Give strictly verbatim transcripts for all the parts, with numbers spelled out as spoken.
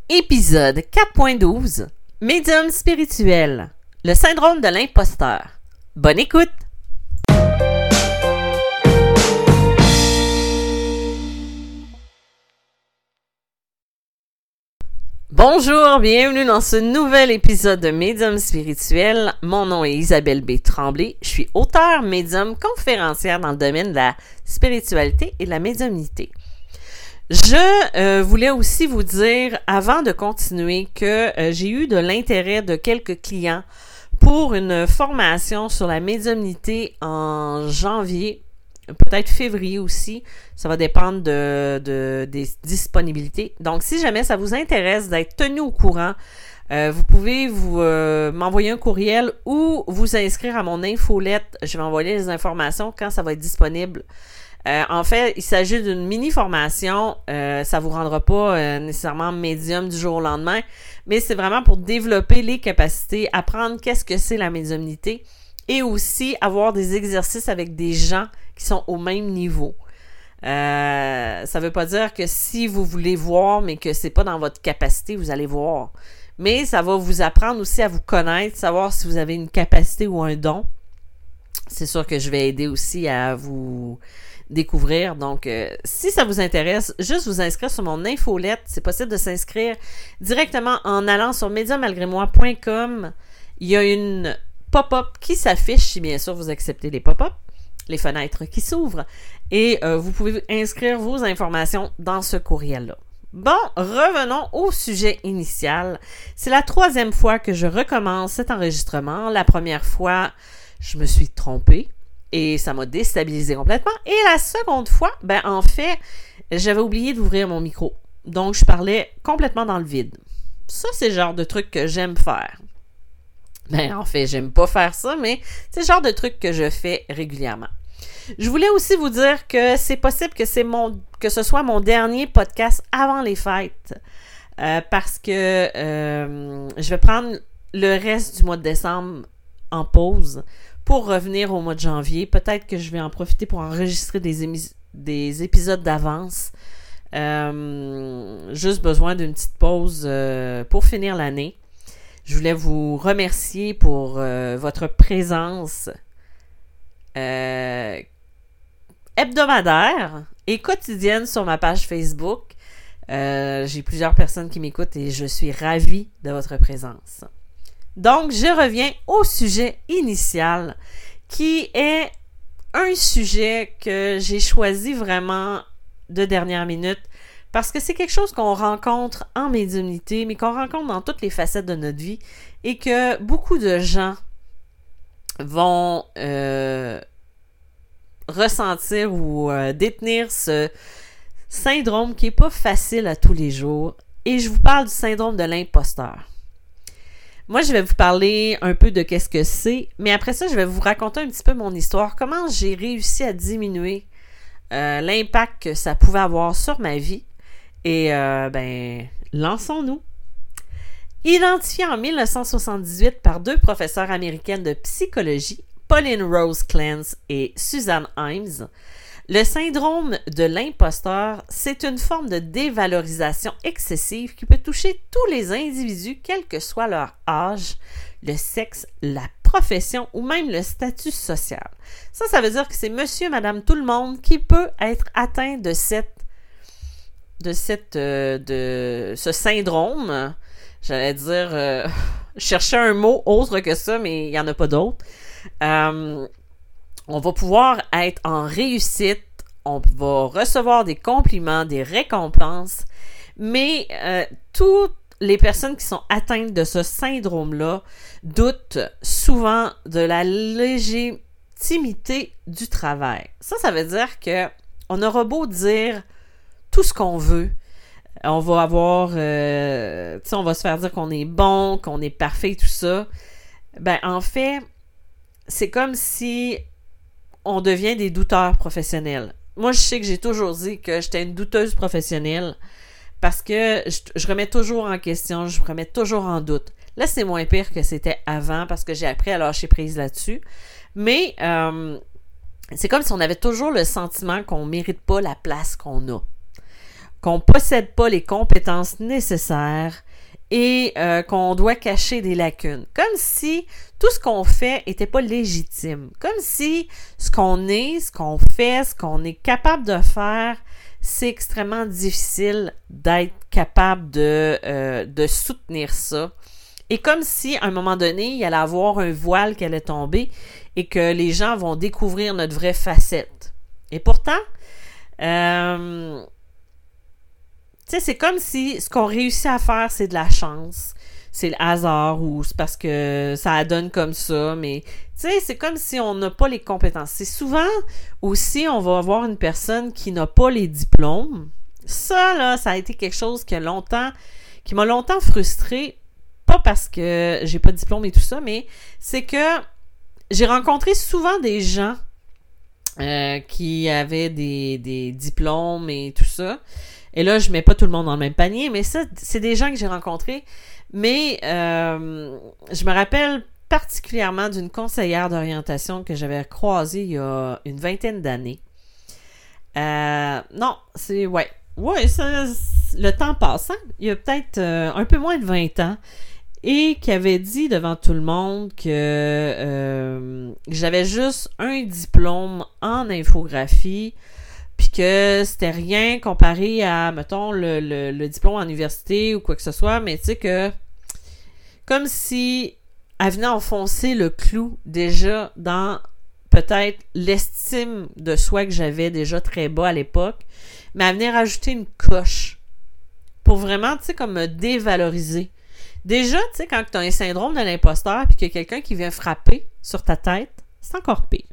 Épisode quatre point douze. Médium spirituel. Le syndrome de l'imposteur. Bonne écoute! Bonjour, bienvenue dans ce nouvel épisode de Médium spirituel. Mon nom est Isabelle B. Tremblay. Je suis auteure, médium, conférencière dans le domaine de la spiritualité et de la médiumnité. Je euh, voulais aussi vous dire, avant de continuer, que euh, j'ai eu de l'intérêt de quelques clients pour une formation sur la médiumnité en janvier, peut-être février aussi. Ça va dépendre de, de, des disponibilités. Donc, si jamais ça vous intéresse d'être tenu au courant, euh, vous pouvez vous euh, m'envoyer un courriel ou vous inscrire à mon infolette. Je vais envoyer les informations quand ça va être disponible. Euh, en fait, il s'agit d'une mini-formation. Euh, ça vous rendra pas euh, nécessairement médium du jour au lendemain, mais c'est vraiment pour développer les capacités, apprendre qu'est-ce que c'est la médiumnité et aussi avoir des exercices avec des gens qui sont au même niveau. Euh, ça veut pas dire que si vous voulez voir, mais que c'est pas dans votre capacité, vous allez voir. Mais ça va vous apprendre aussi à vous connaître, savoir si vous avez une capacité ou un don. C'est sûr que je vais aider aussi à vous découvrir. Donc, euh, si ça vous intéresse, juste vous inscrire sur mon infolette. C'est possible de s'inscrire directement en allant sur médium malgré moi point com. Il y a une pop-up qui s'affiche, si bien sûr vous acceptez les pop-up, les fenêtres qui s'ouvrent, et euh, vous pouvez inscrire vos informations dans ce courriel-là. Bon, revenons au sujet initial. C'est la troisième fois que je recommence cet enregistrement. La première fois, je me suis trompée. Et ça m'a déstabilisé complètement. Et la seconde fois, ben en fait, j'avais oublié d'ouvrir mon micro. Donc, je parlais complètement dans le vide. Ça, c'est le genre de truc que j'aime faire. Ben, en fait, j'aime pas faire ça, mais c'est le genre de truc que je fais régulièrement. Je voulais aussi vous dire que c'est possible que c'est mon que ce soit mon dernier podcast avant les fêtes. Euh, parce que euh, je vais prendre le reste du mois de décembre en pause pour revenir au mois de janvier. Peut-être que je vais en profiter pour enregistrer des, émis- des épisodes d'avance. Euh, juste besoin d'une petite pause euh, pour finir l'année. Je voulais vous remercier pour euh, votre présence euh, hebdomadaire et quotidienne sur ma page Facebook. Euh, j'ai plusieurs personnes qui m'écoutent et je suis ravie de votre présence. Donc, je reviens au sujet initial, qui est un sujet que j'ai choisi vraiment de dernière minute, parce que c'est quelque chose qu'on rencontre en médiumnité, mais qu'on rencontre dans toutes les facettes de notre vie, et que beaucoup de gens vont euh, ressentir ou euh, détenir ce syndrome qui n'est pas facile à tous les jours. Et je vous parle du syndrome de l'imposteur. Moi, je vais vous parler un peu de qu'est-ce que c'est, mais après ça, je vais vous raconter un petit peu mon histoire, comment j'ai réussi à diminuer euh, l'impact que ça pouvait avoir sur ma vie. Et, euh, ben, lançons-nous. Identifié en dix-neuf cent soixante-dix-huit par deux professeurs américaines de psychologie, Pauline Rose Clance et Suzanne Imes, le syndrome de l'imposteur, c'est une forme de dévalorisation excessive qui peut toucher tous les individus, quel que soit leur âge, le sexe, la profession ou même le statut social. Ça, ça veut dire que c'est monsieur, madame, tout le monde qui peut être atteint de cette, de cette, euh, de ce syndrome. J'allais dire, euh, chercher un mot autre que ça, mais il n'y en a pas d'autre. Euh, On va pouvoir être en réussite, on va recevoir des compliments, des récompenses, mais euh, toutes les personnes qui sont atteintes de ce syndrome-là doutent souvent de la légitimité du travail. Ça, ça veut dire que on aura beau dire tout ce qu'on veut, on va avoir, euh, tu sais, on va se faire dire qu'on est bon, qu'on est parfait, tout ça. Ben, en fait, c'est comme si on devient des douteurs professionnels. Moi, je sais que j'ai toujours dit que j'étais une douteuse professionnelle parce que je, je remets toujours en question, je remets toujours en doute. Là, c'est moins pire que c'était avant parce que j'ai appris à lâcher prise là-dessus. Mais euh, c'est comme si on avait toujours le sentiment qu'on ne mérite pas la place qu'on a. qu'on ne possède pas les compétences nécessaires et euh, qu'on doit cacher des lacunes. Comme si tout ce qu'on fait n'était pas légitime. Comme si ce qu'on est, ce qu'on fait, ce qu'on est capable de faire, c'est extrêmement difficile d'être capable de, euh, de soutenir ça. Et comme si, à un moment donné, il allait avoir un voile qui allait tomber et que les gens vont découvrir notre vraie facette. Et pourtant, euh, tu sais, c'est comme si ce qu'on réussit à faire, c'est de la chance, c'est le hasard ou c'est parce que ça donne comme ça, mais tu sais, c'est comme si on n'a pas les compétences. C'est souvent aussi, on va avoir une personne qui n'a pas les diplômes. Ça, là, ça a été quelque chose qui a longtemps, qui m'a longtemps frustrée, pas parce que j'ai pas de diplôme et tout ça, mais c'est que j'ai rencontré souvent des gens euh, qui avaient des, des diplômes et tout ça. Et là, je mets pas tout le monde dans le même panier, mais ça, c'est des gens que j'ai rencontrés. Mais euh, je me rappelle particulièrement d'une conseillère d'orientation que j'avais croisée il y a une vingtaine d'années. Euh, non, c'est... Ouais. Ouais, ça, le temps passe, hein? Il y a peut-être euh, un peu moins de vingt ans. Et qui avait dit devant tout le monde que euh, j'avais juste un diplôme en infographie, puis que c'était rien comparé à, mettons, le, le, le diplôme en université ou quoi que ce soit, mais tu sais que, comme si elle venait enfoncer le clou déjà dans peut-être l'estime de soi que j'avais déjà très bas à l'époque, mais elle venait rajouter une coche pour vraiment, tu sais, comme me dévaloriser. Déjà, tu sais, quand tu as un syndrome de l'imposteur puis qu'il y a quelqu'un qui vient frapper sur ta tête, c'est encore pire.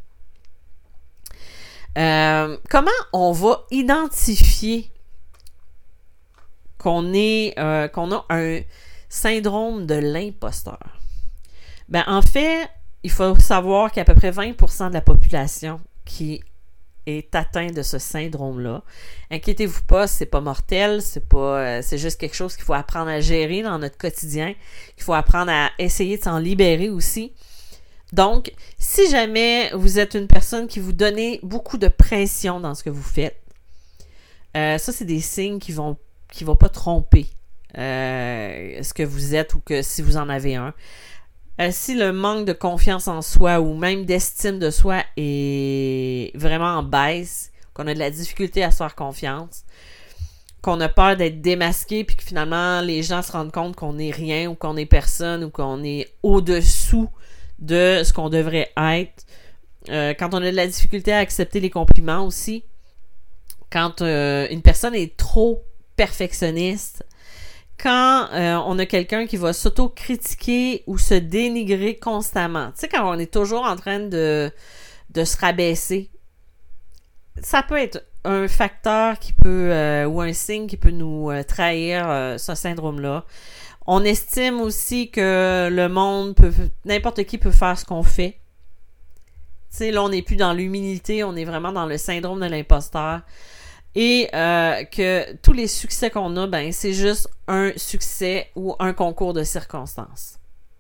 Euh, comment on va identifier qu'on est, euh, qu'on a un syndrome de l'imposteur? Ben, en fait, il faut savoir qu'il y a à peu près vingt pour cent de la population qui est atteinte de ce syndrome-là. Inquiétez-vous pas, c'est pas mortel, c'est pas, euh, c'est juste quelque chose qu'il faut apprendre à gérer dans notre quotidien, qu'il faut apprendre à essayer de s'en libérer aussi. Donc, si jamais vous êtes une personne qui vous donne beaucoup de pression dans ce que vous faites, euh, ça, c'est des signes qui vont, qui vont pas tromper euh, ce que vous êtes ou que si vous en avez un. Euh, si le manque de confiance en soi ou même d'estime de soi est vraiment en baisse, qu'on a de la difficulté à se faire confiance, qu'on a peur d'être démasqué puis que finalement les gens se rendent compte qu'on n'est rien ou qu'on est personne ou qu'on est au-dessous de ce qu'on devrait être, euh, quand on a de la difficulté à accepter les compliments aussi, quand euh, une personne est trop perfectionniste, quand euh, on a quelqu'un qui va s'auto-critiquer ou se dénigrer constamment. Tu sais, quand on est toujours en train de, de se rabaisser, ça peut être un facteur qui peut, euh, ou un signe qui peut nous euh, trahir euh, ce syndrome-là. On estime aussi que le monde peut, n'importe qui peut faire ce qu'on fait. Tu sais, là, on n'est plus dans l'humilité, on est vraiment dans le syndrome de l'imposteur. Et euh, que tous les succès qu'on a, ben c'est juste un succès ou un concours de circonstances.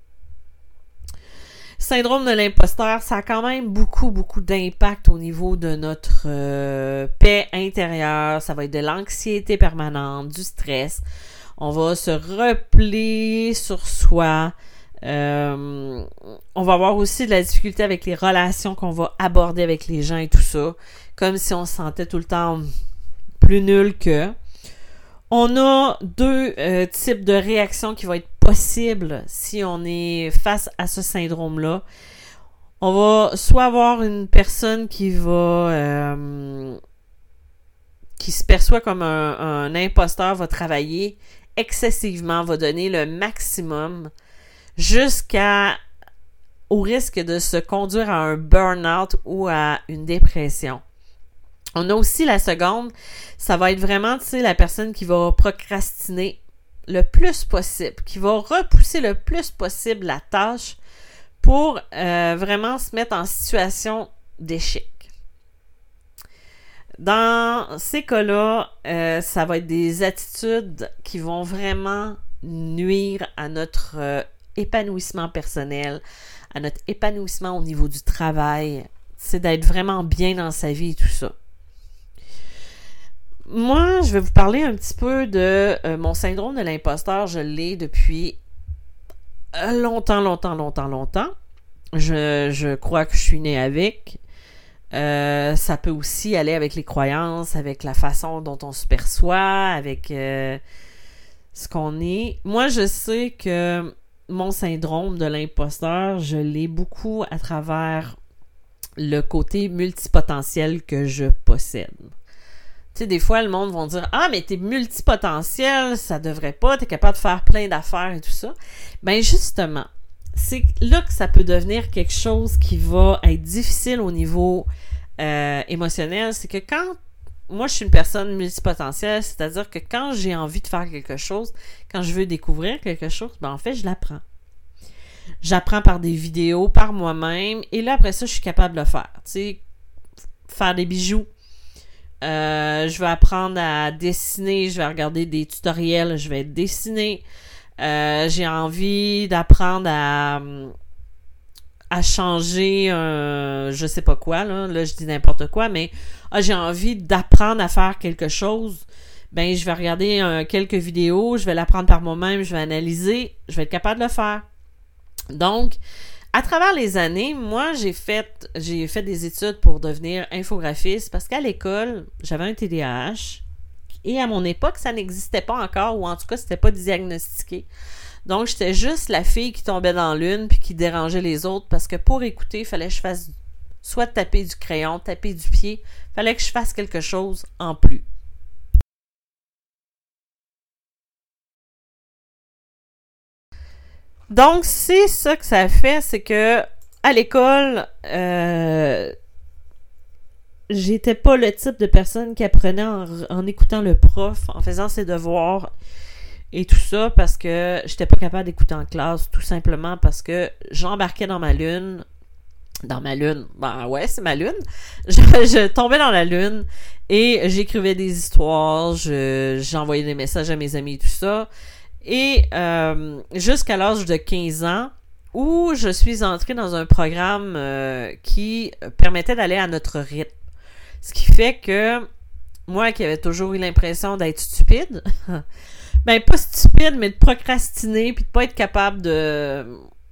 Syndrome de l'imposteur, ça a quand même beaucoup, beaucoup d'impact au niveau de notre euh, paix intérieure. Ça va être de l'anxiété permanente, du stress. On va se replier sur soi. Euh, on va avoir aussi de la difficulté avec les relations qu'on va aborder avec les gens et tout ça. Comme si on se sentait tout le temps plus nul que. On a deux euh, types de réactions qui vont être possibles si on est face à ce syndrome-là. On va soit avoir une personne qui va euh, qui se perçoit comme un, un imposteur, va travailler excessivement, va donner le maximum jusqu'à au risque de se conduire à un burn-out ou à une dépression. On a aussi la seconde, ça va être vraiment, tu sais, la personne qui va procrastiner le plus possible, qui va repousser le plus possible la tâche pour euh, vraiment se mettre en situation d'échec. Dans ces cas-là, euh, ça va être des attitudes qui vont vraiment nuire à notre euh, épanouissement personnel, à notre épanouissement au niveau du travail. C'est d'être vraiment bien dans sa vie et tout ça. moi, je vais vous parler un petit peu de euh, mon syndrome de l'imposteur. Je l'ai depuis longtemps, longtemps, longtemps, longtemps. Je, je crois que je suis née avec. Euh, ça peut aussi aller avec les croyances, avec la façon dont on se perçoit, avec euh, ce qu'on est. Moi, je sais que mon syndrome de l'imposteur, je l'ai beaucoup à travers le côté multipotentiel que je possède. Tu sais, des fois, le monde va dire « Ah, mais t'es multipotentiel, ça devrait pas, t'es capable de faire plein d'affaires et tout ça. » Ben justement, c'est là que ça peut devenir quelque chose qui va être difficile au niveau euh, émotionnel. C'est que quand moi, je suis une personne multipotentielle, c'est-à-dire que quand j'ai envie de faire quelque chose, quand je veux découvrir quelque chose, ben en fait, je l'apprends. J'apprends par des vidéos, par moi-même, et là, après ça, je suis capable de le faire. Tu sais, faire des bijoux. Euh, je vais apprendre à dessiner, je vais regarder des tutoriels, je vais dessiner. Euh, j'ai envie d'apprendre à, à changer un, je sais pas quoi, là, là je dis n'importe quoi, mais ah, j'ai envie d'apprendre à faire quelque chose, ben je vais regarder euh, quelques vidéos, je vais l'apprendre par moi-même, je vais analyser, je vais être capable de le faire. Donc, à travers les années, moi, j'ai fait, j'ai fait des études pour devenir infographiste parce qu'à l'école, j'avais un T D A H. Et à mon époque, ça n'existait pas encore, ou en tout cas, c'était pas diagnostiqué. Donc, j'étais juste la fille qui tombait dans l'une puis qui dérangeait les autres parce que pour écouter, il fallait que je fasse soit taper du crayon, taper du pied. Il fallait que je fasse quelque chose en plus. Donc, c'est ça que ça fait, c'est que à l'école, euh, j'étais pas le type de personne qui apprenait en, en écoutant le prof, en faisant ses devoirs et tout ça, parce que j'étais pas capable d'écouter en classe, tout simplement parce que j'embarquais dans ma lune. Dans ma lune. Ben ouais, c'est ma lune. Je, je tombais dans la lune et j'écrivais des histoires, je, j'envoyais des messages à mes amis et tout ça. Et euh, jusqu'à l'âge de quinze ans, où je suis entrée dans un programme euh, qui permettait d'aller à notre rythme. Ce qui fait que moi qui avais toujours eu l'impression d'être stupide, ben pas stupide, mais de procrastiner puis de pas être capable de,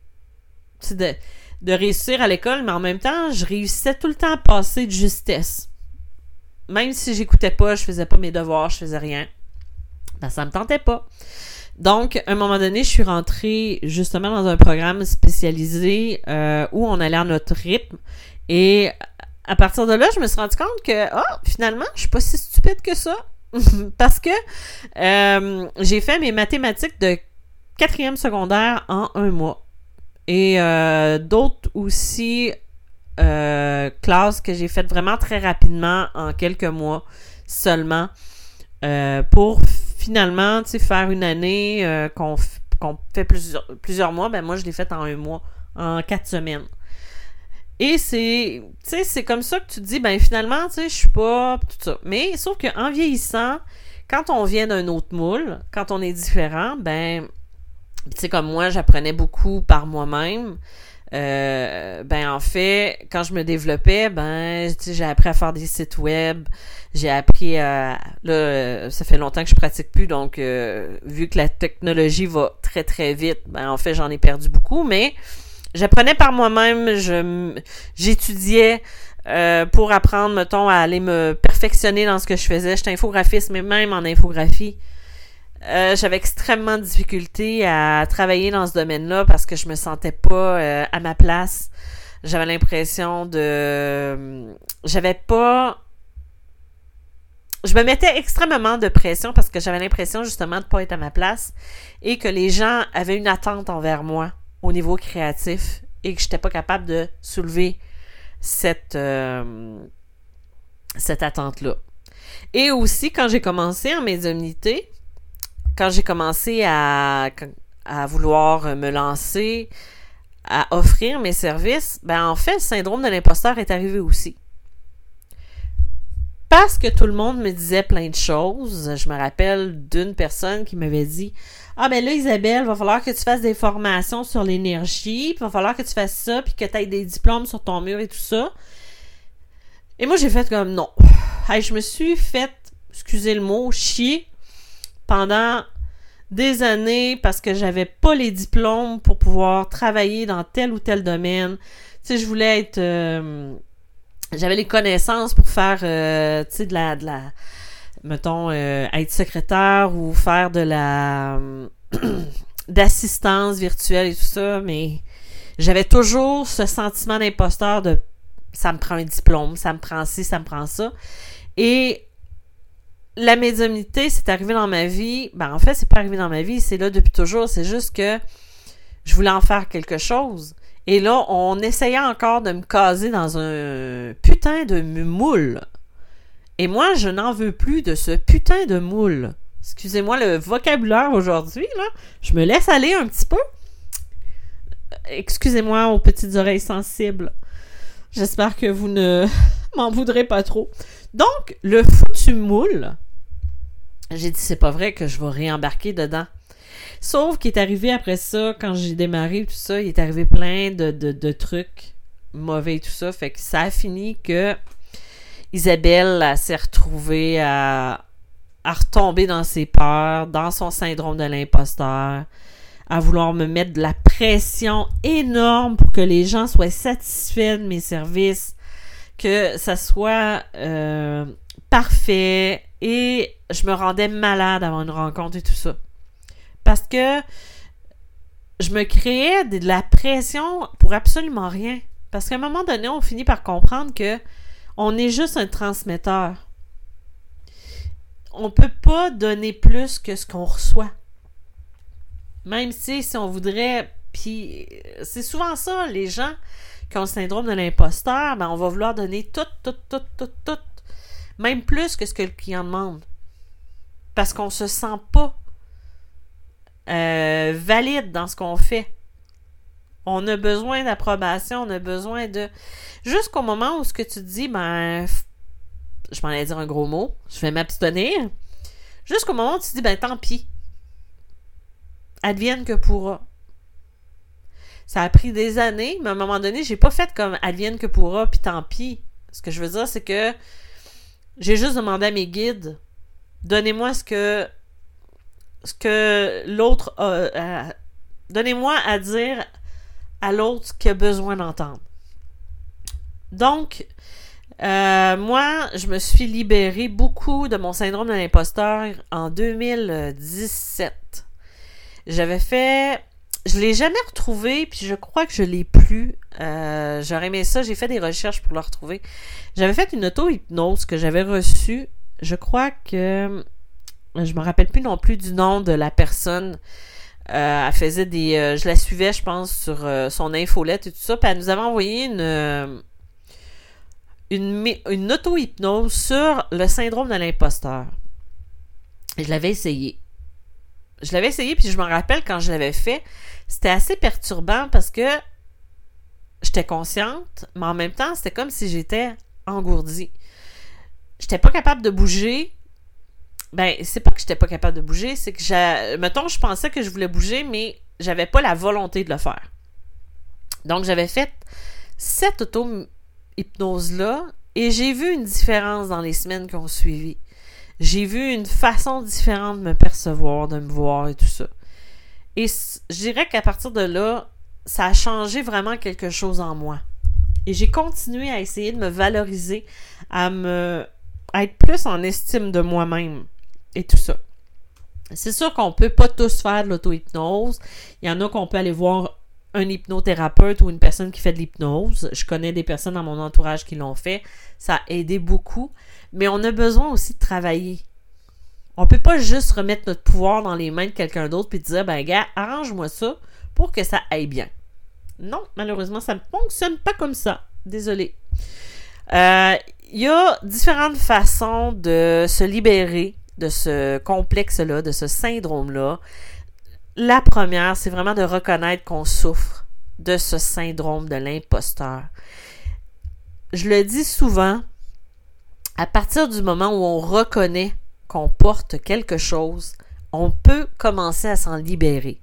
de, de réussir à l'école, mais en même temps, je réussissais tout le temps à passer de justesse. Même si j'écoutais pas, je faisais pas mes devoirs, je faisais rien. Ben ça me tentait pas. Donc, à un moment donné, je suis rentrée justement dans un programme spécialisé euh, où on allait à notre rythme. Et à partir de là, je me suis rendu compte que, ah, oh, finalement, je suis pas si stupide que ça. Parce que euh, j'ai fait mes mathématiques de quatrième secondaire en un mois. Et euh, d'autres aussi euh, classes que j'ai faites vraiment très rapidement en quelques mois seulement euh, pour finalement, tu sais, faire une année euh, qu'on, f- qu'on fait plusieurs, plusieurs mois, ben moi, je l'ai faite en un mois, en quatre semaines. Et c'est, tu sais, c'est comme ça que tu te dis, ben finalement, tu sais, je suis pas, tout ça. Mais sauf qu'en vieillissant, quand on vient d'un autre moule, quand on est différent, ben, tu sais, comme moi, j'apprenais beaucoup par moi-même. Euh, ben en fait, quand je me développais, ben tu sais, j'ai appris à faire des sites web, j'ai appris à... Là, ça fait longtemps que je pratique plus, donc euh, vu que la technologie va très très vite, ben en fait, j'en ai perdu beaucoup, mais j'apprenais par moi-même, je j'étudiais euh, pour apprendre, mettons, à aller me perfectionner dans ce que je faisais. J'étais infographiste, mais même en infographie, Euh, j'avais extrêmement de difficulté à travailler dans ce domaine-là parce que je me sentais pas euh, à ma place. J'avais l'impression de... J'avais pas... Je me mettais extrêmement de pression parce que j'avais l'impression justement de pas être à ma place et que les gens avaient une attente envers moi au niveau créatif et que j'étais pas capable de soulever cette, euh, cette attente-là. Et aussi, quand j'ai commencé en médiumnité, quand j'ai commencé à, à vouloir me lancer, à offrir mes services, ben en fait, le syndrome de l'imposteur est arrivé aussi. Parce que tout le monde me disait plein de choses. Je me rappelle d'une personne qui m'avait dit « Ah ben là, Isabelle, il va falloir que tu fasses des formations sur l'énergie, puis il va falloir que tu fasses ça, puis que tu aies des diplômes sur ton mur et tout ça. » Et moi, j'ai fait comme « Non. » Hey, je me suis fait excusez le mot, chier pendant des années parce que j'avais pas les diplômes pour pouvoir travailler dans tel ou tel domaine. Tu sais, je voulais être... Euh, j'avais les connaissances pour faire, euh, tu sais, de la... De la mettons, euh, être secrétaire ou faire de la... d'assistance virtuelle et tout ça, mais j'avais toujours ce sentiment d'imposteur de ça me prend un diplôme, ça me prend ci, ça me prend ça. Et la médiumnité, c'est arrivé dans ma vie. Ben, en fait, c'est pas arrivé dans ma vie, c'est là depuis toujours. C'est juste que je voulais en faire quelque chose. Et là, on essayait encore de me caser dans un putain de moule. Et moi, je n'en veux plus de ce putain de moule. Excusez-moi le vocabulaire aujourd'hui, là. Je me laisse aller un petit peu. Excusez-moi aux petites oreilles sensibles. J'espère que vous ne m'en voudrez pas trop. Donc, le foutu moule, j'ai dit, c'est pas vrai que je vais réembarquer dedans. Sauf qu'il est arrivé après ça, quand j'ai démarré tout ça, il est arrivé plein de, de, de trucs mauvais et tout ça. Fait que ça a fini que Isabelle elle, s'est retrouvée à, à retomber dans ses peurs, dans son syndrome de l'imposteur, à vouloir me mettre de la pression énorme pour que les gens soient satisfaits de mes services, que ça soit euh, parfait, et je me rendais malade avant une rencontre et tout ça. Parce que je me créais de la pression pour absolument rien. Parce qu'à un moment donné, on finit par comprendre que on est juste un transmetteur. On peut pas donner plus que ce qu'on reçoit. Même si, si on voudrait... Puis c'est souvent ça, les gens qui ont le syndrome de l'imposteur, ben on va vouloir donner tout, tout, tout, tout, tout. Même plus que ce que le client demande. Parce qu'on se sent pas euh, valide dans ce qu'on fait. On a besoin d'approbation, on a besoin de... Jusqu'au moment où ce que tu dis, ben... Je m'en allais dire un gros mot, je vais m'abstenir. Jusqu'au moment où tu dis, ben tant pis. Advienne que pourra. Ça a pris des années, mais à un moment donné, j'ai pas fait comme advienne que pourra, puis tant pis. Ce que je veux dire, c'est que j'ai juste demandé à mes guides, donnez-moi ce que ce que l'autre a, euh, donnez-moi à dire à l'autre qui a besoin d'entendre. Donc, euh, moi, je me suis libérée beaucoup de mon syndrome de l'imposteur en deux mille dix-sept. J'avais fait... Je l'ai jamais retrouvé, puis je crois que je l'ai plus. Euh, j'aurais aimé ça, j'ai fait des recherches pour le retrouver. J'avais fait une auto-hypnose que j'avais reçue. Je crois que... Je me rappelle plus non plus du nom de la personne. Euh, elle faisait des... Euh, je la suivais, je pense, sur euh, son infolette et tout ça. Puis elle nous avait envoyé une... Euh, une, une auto-hypnose sur le syndrome de l'imposteur. Et je l'avais essayé. Je l'avais essayé, puis je me rappelle quand je l'avais fait, c'était assez perturbant parce que j'étais consciente, mais en même temps, c'était comme si j'étais engourdie. J'étais pas capable de bouger. Ben, c'est pas que j'étais pas capable de bouger, c'est que, j'ai, mettons, je pensais que je voulais bouger, mais j'avais pas la volonté de le faire. Donc, j'avais fait cette auto-hypnose-là et j'ai vu une différence dans les semaines qui ont suivi. J'ai vu une façon différente de me percevoir, de me voir et tout ça. Et je dirais qu'à partir de là, ça a changé vraiment quelque chose en moi. Et j'ai continué à essayer de me valoriser, à me à être plus en estime de moi-même et tout ça. C'est sûr qu'on peut pas tous faire de l'auto-hypnose. Il y en a qu'on peut aller voir un hypnothérapeute ou une personne qui fait de l'hypnose. Je connais des personnes dans mon entourage qui l'ont fait. Ça a aidé beaucoup. Mais on a besoin aussi de travailler. On peut pas juste remettre notre pouvoir dans les mains de quelqu'un d'autre puis dire, ben gars, arrange-moi ça pour que ça aille bien. Non, malheureusement, ça ne fonctionne pas comme ça. Désolée. Euh, il y a différentes façons de se libérer de ce complexe-là, de ce syndrome-là. La première, c'est vraiment de reconnaître qu'on souffre de ce syndrome de l'imposteur. Je le dis souvent, à partir du moment où on reconnaît qu'on porte quelque chose, on peut commencer à s'en libérer.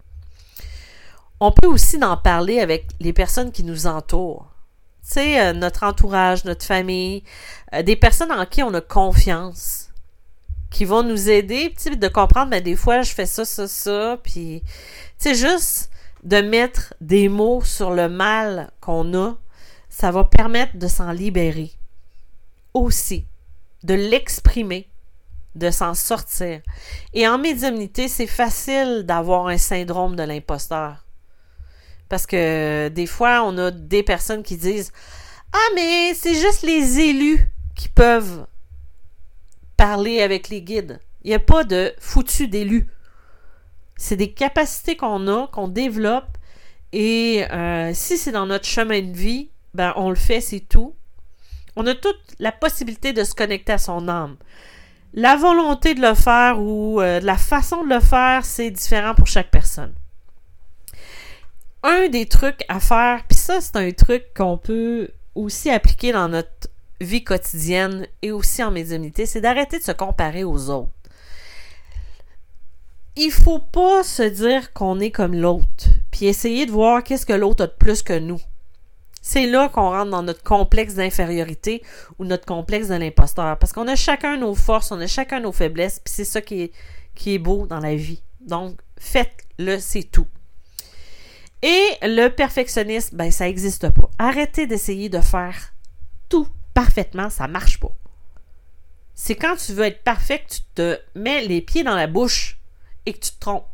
On peut aussi en parler avec les personnes qui nous entourent. Tu sais, euh, notre entourage, notre famille, euh, des personnes en qui on a confiance, qui vont nous aider, tu sais, de comprendre, ben, des fois, je fais ça, ça, ça, puis, tu sais, juste de mettre des mots sur le mal qu'on a, ça va permettre de s'en libérer. Aussi, de l'exprimer, de s'en sortir. Et en médiumnité, c'est facile d'avoir un syndrome de l'imposteur. Parce que des fois, on a des personnes qui disent « Ah, mais c'est juste les élus qui peuvent parler avec les guides. Il n'y a pas de foutu d'élus. » C'est des capacités qu'on a, qu'on développe, et euh, si c'est dans notre chemin de vie, ben on le fait, c'est tout. On a toute la possibilité de se connecter à son âme. La volonté de le faire ou euh, la façon de le faire, c'est différent pour chaque personne. Un des trucs à faire, puis ça, c'est un truc qu'on peut aussi appliquer dans notre vie quotidienne et aussi en médiumnité, c'est d'arrêter de se comparer aux autres. Il faut pas se dire qu'on est comme l'autre, puis essayer de voir qu'est-ce que l'autre a de plus que nous. C'est là qu'on rentre dans notre complexe d'infériorité ou notre complexe de l'imposteur. Parce qu'on a chacun nos forces, on a chacun nos faiblesses, puis c'est ça qui est, qui est beau dans la vie. Donc, faites-le, c'est tout. Et le perfectionnisme, ben ça n'existe pas. Arrêtez d'essayer de faire tout parfaitement, ça marche pas. C'est quand tu veux être parfait que tu te mets les pieds dans la bouche et que tu te trompes.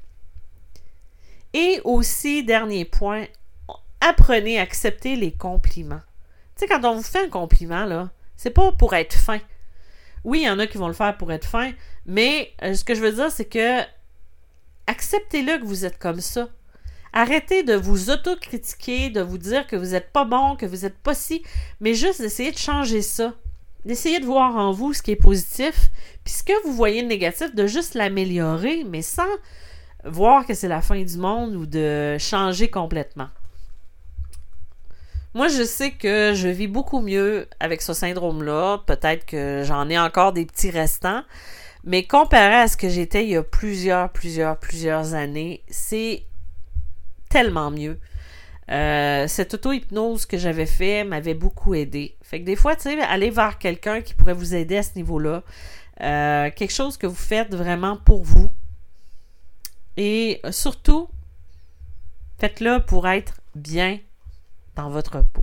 Et aussi, dernier point, apprenez à accepter les compliments. Tu sais, quand on vous fait un compliment, là, c'est pas pour être fin. Oui, il y en a qui vont le faire pour être fin, mais euh, ce que je veux dire, c'est que acceptez-le que vous êtes comme ça. Arrêtez de vous autocritiquer, de vous dire que vous n'êtes pas bon, que vous n'êtes pas si, mais juste d'essayer de changer ça. D'essayer de voir en vous ce qui est positif, puis ce que vous voyez de négatif, de juste l'améliorer, mais sans voir que c'est la fin du monde ou de changer complètement. Moi, je sais que je vis beaucoup mieux avec ce syndrome-là. Peut-être que j'en ai encore des petits restants, mais comparé à ce que j'étais il y a plusieurs, plusieurs, plusieurs années, c'est tellement mieux. Euh, cette auto-hypnose que j'avais fait m'avait beaucoup aidé. Fait que des fois, tu sais, aller vers quelqu'un qui pourrait vous aider à ce niveau-là. Euh, quelque chose que vous faites vraiment pour vous. Et surtout, faites-le pour être bien dans votre peau.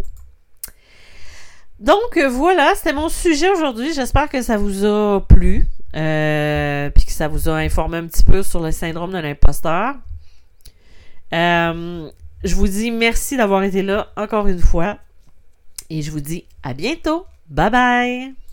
Donc, voilà, c'était mon sujet aujourd'hui. J'espère que ça vous a plu. Euh, puis que ça vous a informé un petit peu sur le syndrome de l'imposteur. Euh, je vous dis merci d'avoir été là encore une fois et je vous dis à bientôt. Bye bye!